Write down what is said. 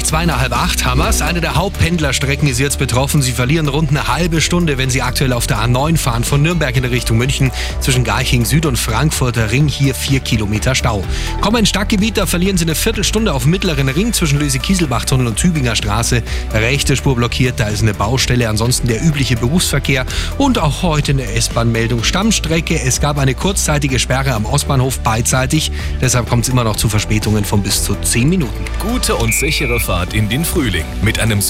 gleich 7:45 haben wir's. Eine der Hauptpendlerstrecken ist jetzt betroffen. Sie verlieren rund eine halbe Stunde, wenn Sie aktuell auf der A9 fahren, von Nürnberg in Richtung München. Zwischen Garching Süd und Frankfurter Ring hier 4 Kilometer Stau. Kommen ins Stadtgebiet, da verlieren Sie eine Viertelstunde auf dem Mittleren Ring zwischen Löse-Kieselbach-Tunnel und Tübinger Straße. Rechte Spur blockiert, da ist eine Baustelle. Ansonsten der übliche Berufsverkehr. Und auch heute eine S-Bahn-Meldung. Stammstrecke, es gab eine kurzzeitige Sperre am Ostbahnhof beidseitig. Deshalb kommt es immer noch zu Verspätungen von bis zu 10 Minuten. Gute und sichere Fahrt in den Frühling mit einem